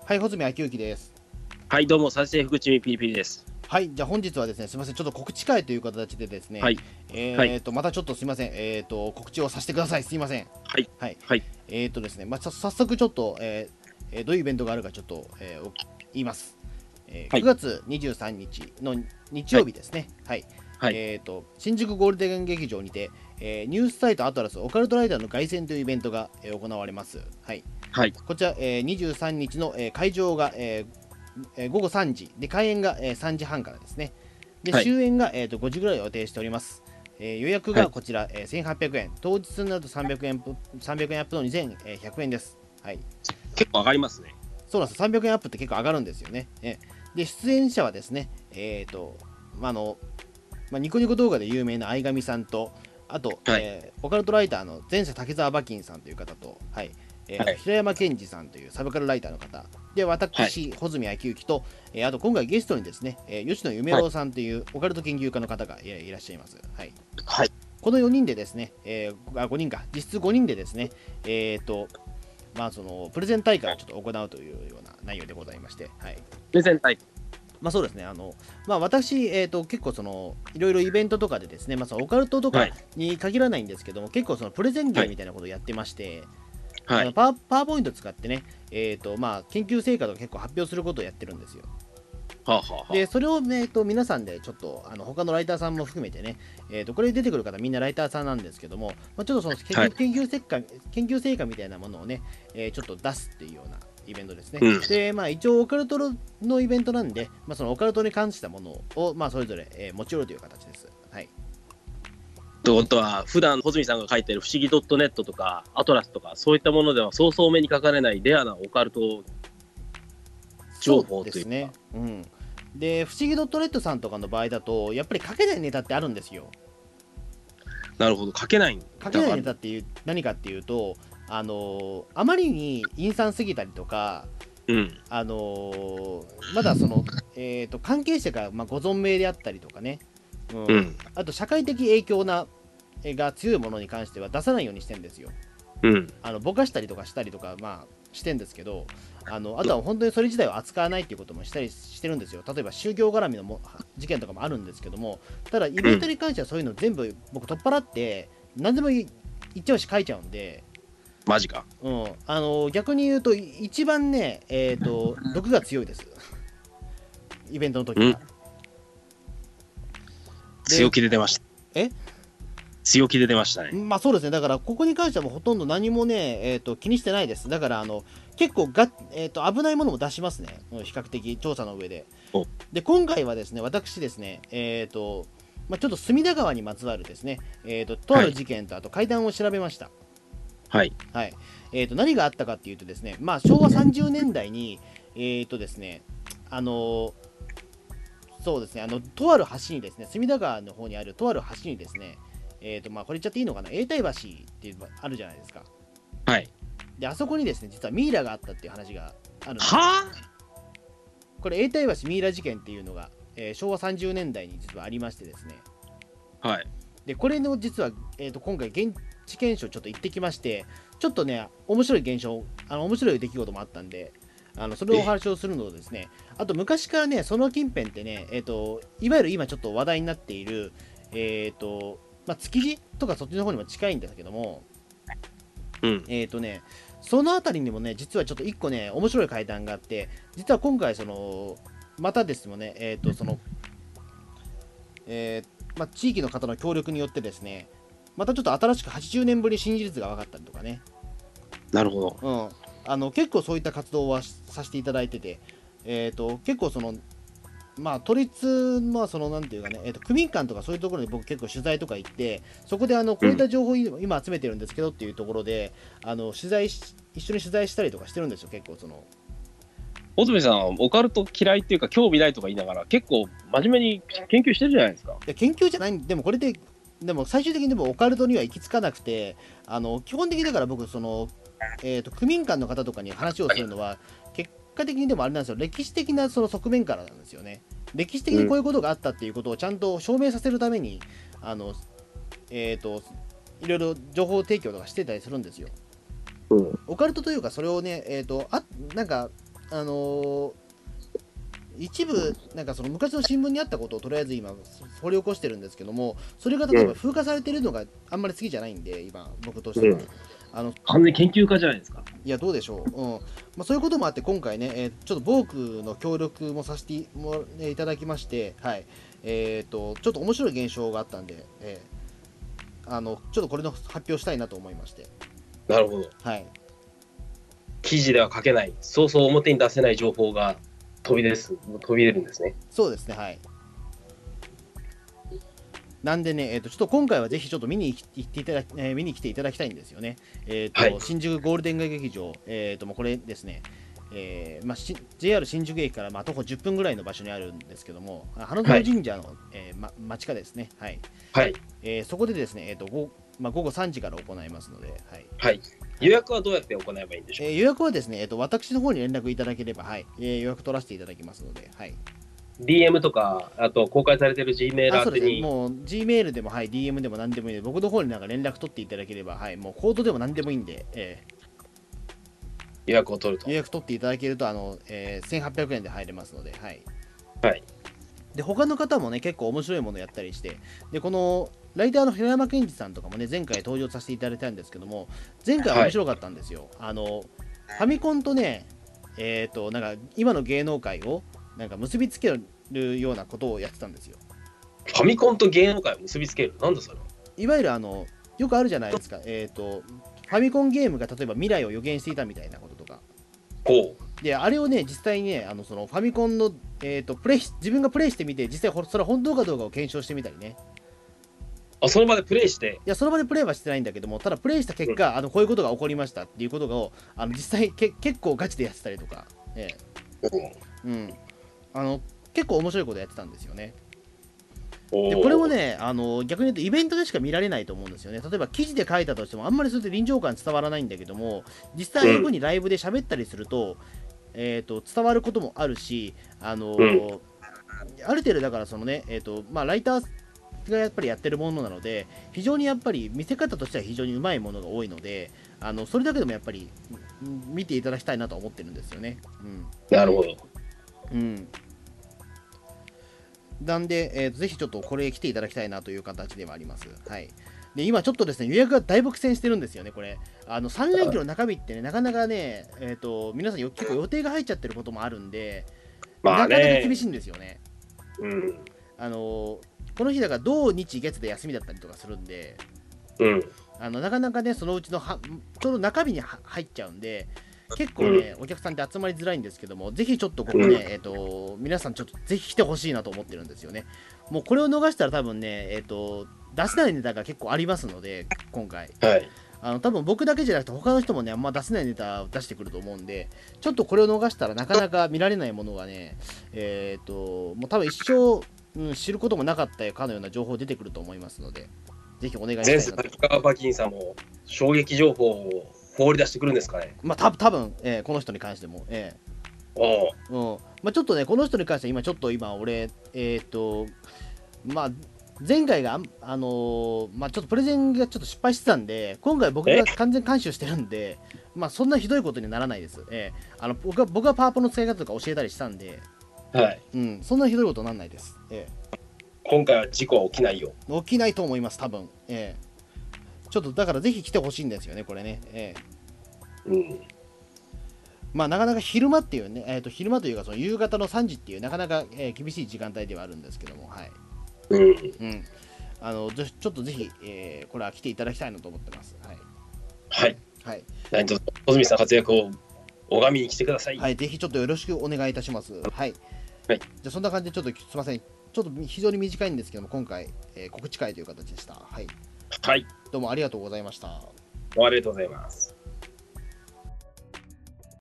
はい、穂積昭之です。 はい、どうも、再生福地味ピリピリです。 はい、じゃあ本日はですね、すみません、ちょっと告知会という形でですね、 はい、はい、 またちょっとすみません、告知をさせてください。すみません。 はい、 はい。 はい、 ですね、早速ちょっと、どういうイベントがあるかちょっと、言います。9 はい、 月23日の日はい、 曜日ですね。はい。 はい、 新宿ゴールデン劇場にて、ニュースサイトアトラスオカルトライダーの凱旋というイベントが、行われます。はい。 はい、 こちら、23日の、会場が、午後3時で、開演が、3時半からですね。で、 はい、 終演が、5時ぐらいを予定しております。予約はい。 がこちら、1800円、当日になると300円アップの2100円です。はい。 結構上がりますね。 そうなんです。300円アップって結構上がるんですよね。で、出演者はですね、まあ、ニコニコ動画で有名な相上さんと、あと、 はい、 オカルトライターの前世竹澤馬琴さんという方と、はい、あはい、 と平山健二さんというサブカルライターの方、で、 はい、 私、穂積昭之と、あと今回ゲストにですね、吉野夢はい、 郎さんというオカルト研究家の方がいらっしゃいます。はい。 はい。 この4人でですね、5人か、実質5人でですね、そのプレゼン大会をちょっと行うというような内容でございまして、はい。 プレゼン大会。 そうですね、私、結構いろいろイベントとかでですね、そのオカルトとかはい、 に限らないんですけども、結構そのプレゼンはい、 芸みたいなことをやってまして、 はい。 パワーポイント使ってね、研究成果とか結構発表することをやってるんですよ。 はあ、はあ、はで、それを、皆さんでちょっと、他のライターさんも含めてね、これに出てくる方みんなライターさんなんですけども、ちょっとそのあ。はい。 研究成果みたいなものをね、ちょっと出すっていうようなイベントですね。 うん。 で、一応オカルトのイベントなんで、そのオカルトに関したものを、それぞれ、持ち寄るという形です。はい。 ということは、普段、穂積さんが書いてる不思議 .net とか、アトラスとか、そういったものでは、そうそう目にかかれないレアなオカルト情そう報というか。 ですね。うん。で、不思議ドットネットさんとかの場合だと、やっぱり書けないネタってあるんですよ。 なるほど、書けない書けない歌がある。 ネタっていう何かっていうと、あまりに陰惨すぎたりとか、 うん、 まだその、関係者が、ご存命であったりとかね、うん、 うん、 あと社会的影響が強いものに関しては出さないようにしてるんですよ。 うん。 ぼかしたりとかしたりとか、してんですけど、あとは本当にそれ自体を扱わないっていうこともしたりしてるんですよ。例えば宗教絡みの事件とかもあるんですけども、ただイベントに関してはそういうの全部僕取っ払って、何でも言っちゃうし書いちゃうんで、 マジか。 逆に言うと一番ね、毒が強いです。イベントの時が。 うん。 で、 強気で出ました。 え強気で出ましたね。 そうですね。だから、ここに関してはもうほとんど何もね、気にしてないです。だから、結構危ないものも出しますね。比較的、調査の上で。 お、 で、今回はですね、私ですね、ちょっと隅田川にまつわるですね、とあはい、 る事件と、あと階段を調べました。 はい、 はい。何があったかっていうとですね、昭和30年代に、ですね、あのそうですね、とある橋にですね、隅田川の方にあるとある橋にですね、これ言っちゃっていいのかな、永代橋っていうのがあるじゃないですか。 はい。 で、あそこにですね、実はミイラがあったっていう話があるんですよ。 はこれ、永代橋ミイラ事件っていうのが、昭和30年代に実はありましてですね、 あ、はい。 で、これの実は、今回、現地検証ちょっと行ってきまして、ちょっとね、面白い現象、面白い出来事もあったんで、それをおえ、 話をするのとですね、あと昔からね、その近辺ってね、いわゆる今ちょっと話題になっている、築地とかそっちの方にも近いんですけども、 うん。 その辺りにもね、実はちょっと一個ね、面白い階段があって、実は今回、またですもね、地域の方の協力によってですね、またちょっと新しく80年ぶりに新事実が分かったりとかね、 なるほど。 うん、結構そういった活動はさせていただいてて、結構都立、なんていうかね、区民間とかそういうところに僕結構取材とか行って、そこでこういった情報を今集めてるんですけどっていうところで、一緒に取材したりとかしてるんですよ、結構穂積さんはオカルト嫌いっていうか興味ないとか言いながら結構真面目に研究してるじゃないですか。 いや研究じゃない、でもこれで、でも最終的にでもオカルトには行き着かなくて、基本的にだから僕、区民間の方とかに話をするのは、結果的にでもあれなんですよ、歴史的なその側面からなんですよね。歴史的にこういうことがあったっていうことをちゃんと証明させるために、あの、いろいろ情報提供とかしてたりするんですよ。 うん。 オカルトというか、それをね、なんか、 一部、なんかその昔の新聞にあったことをとりあえず今、掘り起こしてるんですけども、それが例えば風化されてるのがあんまり好きじゃないんで、今、僕としては。 完全に研究家じゃないですか。 いや、どうでしょう。そういうこともあって、今回ね、ちょっとボークの協力もさせてもいただきまして、はい。ちょっと面白い現象があったんで、ちょっとこれの発表したいなと思いまして。 なるほど。 はい。 記事では書けない、そうそう表に出せない情報が飛び出るんですね。 そうですね、はい。なんでね、ちょっと今回はぜひちょっと見に来ていただきたいんですよね。 はい、 新宿ゴールデン街劇場、もうこれですね、JR 新宿駅から徒歩10分ぐらいの場所にあるんですけども、花園神社の、町下ですね、はい。 はい、 そこでですね、午後3時から行いますので、はい。 はい。予約はどうやって行えばいいんでしょうか。 予約はですね、私の方に連絡いただければ、はい、予約取らせていただきますので、はい。 DM とか、あと公開されてる Gmail そうですね、 宛てに。 もう Gmail でも、はい、DM でも何でもいいので、僕の方になんか連絡取っていただければ、はい、もうコードでも何でもいいんで、 予約を取ると。 予約取っていただけると、1800円で入れますので、はい。 はい。 で、他の方もね、結構面白いものやったりして、で、この、ライターの平山健二さんとかもね、前回登場させていただいたんですけども、前回面白かったんですよ。ファミコンとね、なんか、今の芸能界を、なんか結びつけるようなことをやってたんですよ。 ファミコンと芸能界を結びつける。なんだそれ。 いわゆるよくあるじゃないですか。ファミコンゲームが例えば未来を予言していたみたいなこととか。 こう。 で、あれをね、実際にね、そのファミコンの、自分がプレイしてみて、実際それは本当かどうかを検証してみたりね。 あ、その場でプレイして。 いや、その場でプレイはしてないんだけども、ただプレイした結果、こういうことが起こりましたっていうことを、実際結構ガチでやってたりとか、うん。結構面白いことやってたんですよね。でこれもね、逆に言うとイベントでしか見られないと思うんですよね。例えば記事で書いたとしても、あんまりそれで臨場感伝わらないんだけども、実際ああいう風にライブで喋ったりすると、伝わることもあるし、ある程度だからそのね、ライターがやっぱりやってるものなので、非常にやっぱり見せ方としては非常にうまいものが多いので、それだけでもやっぱり見ていただきたいなと思ってるんですよね。 なるほど。 なんで、ぜひちょっとこれ来ていただきたいなという形ではあります。はい。で、今ちょっとですね、予約がだいぶ苦戦してるんですよね、これ。3連休の中日ってね、なかなかね、皆さん結構予定が入っちゃってることもあるんで、なかなか厳しいんですよね。この日だから土日月で休みだったりとかするんで、なかなかね、そのうちのちょうど中日に入っちゃうんで、結構ね、お客さんって集まりづらいんですけども、ぜひちょっとここね、皆さんちょっとぜひ来てほしいなと思ってるんですよね。もうこれを逃したら多分ね、出せないネタが結構ありますので、今回。多分僕だけじゃなくて他の人もね、あんま出せないネタを出してくると思うんで、ちょっとこれを逃したらなかなか見られないものがね、もう多分一生、知ることもなかったかのような情報出てくると思いますので、ぜひお願いしたいなと。 前世川馬琴さんも衝撃情報を放り出してくるんですかね。 多分、この人に関しても。ちょっとね、この人に関しては今俺、前回が、ちょっとプレゼンがちょっと失敗してたんで、今回僕が完全監修してるんで、そんなひどいことにならないです。僕がパワポの使い方とか教えたりしたんで、そんなひどいことにならないです。 今回は事故は起きないよ。 起きないと思います、多分。ちょっとだからぜひ来てほしいんですよね、これね。なかなか昼間っていうね、昼間というかその夕方の3時っていうなかなか、厳しい時間帯ではあるんですけども、はい。ちょっとぜひ、これは来ていただきたいなと思ってます。はい。 はい。 はい。 何卒、小泉さん活躍を拝みに来てください。 はい、ぜひちょっとよろしくお願いいたします。はい。 はい。 じゃあそんな感じでちょっとすみません。ちょっと非常に短いんですけども、今回、告知会という形でした。はい。 はい。 どうもありがとうございました。 ありがとうございます。